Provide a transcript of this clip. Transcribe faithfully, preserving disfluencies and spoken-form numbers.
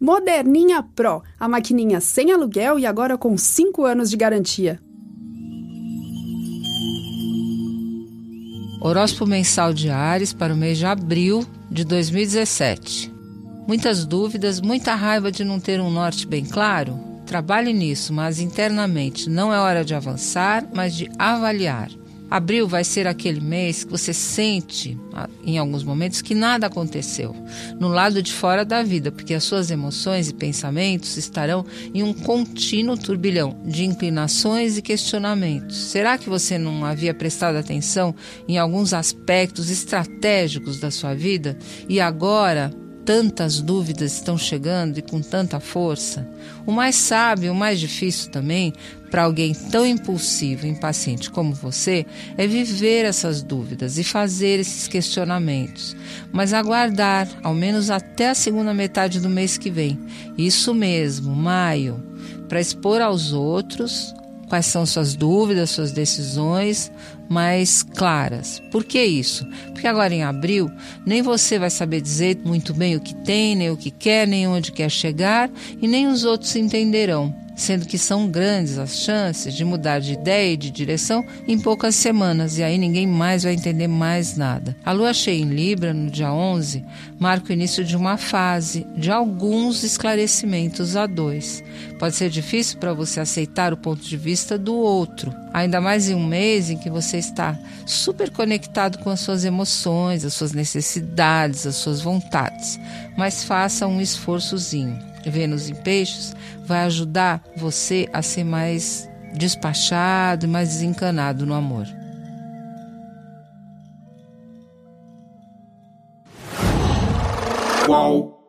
Moderninha Pro, a maquininha sem aluguel e agora com cinco anos de garantia. Horóscopo mensal de Áries para o mês de abril de dois mil e dezessete. Muitas dúvidas, muita raiva de não ter um norte bem claro? Trabalhe nisso, mas internamente não é hora de avançar, mas de avaliar. Abril vai ser aquele mês que você sente, em alguns momentos, que nada aconteceu no lado de fora da vida, porque as suas emoções e pensamentos estarão em um contínuo turbilhão de inclinações e questionamentos. Será que você não havia prestado atenção em alguns aspectos estratégicos da sua vida e agora tantas dúvidas estão chegando e com tanta força? O mais sábio, o mais difícil também, para alguém tão impulsivo e impaciente como você, é viver essas dúvidas e fazer esses questionamentos, mas aguardar, ao menos até a segunda metade do mês que vem. Isso mesmo, maio, para expor aos outros quais são suas dúvidas, suas decisões mais claras. Por que isso? Porque agora em abril, nem você vai saber dizer muito bem o que tem, nem o que quer, nem onde quer chegar, e nem os outros entenderão, sendo que são grandes as chances de mudar de ideia e de direção em poucas semanas, e aí ninguém mais vai entender mais nada. A lua cheia em Libra, no dia onze, marca o início de uma fase de alguns esclarecimentos a dois. Pode ser difícil para você aceitar o ponto de vista do outro, ainda mais em um mês em que você está super conectado com as suas emoções, as suas necessidades, as suas vontades, mas faça um esforçozinho. Vênus em Peixes vai ajudar você a ser mais despachado e mais desencanado no amor. Qual?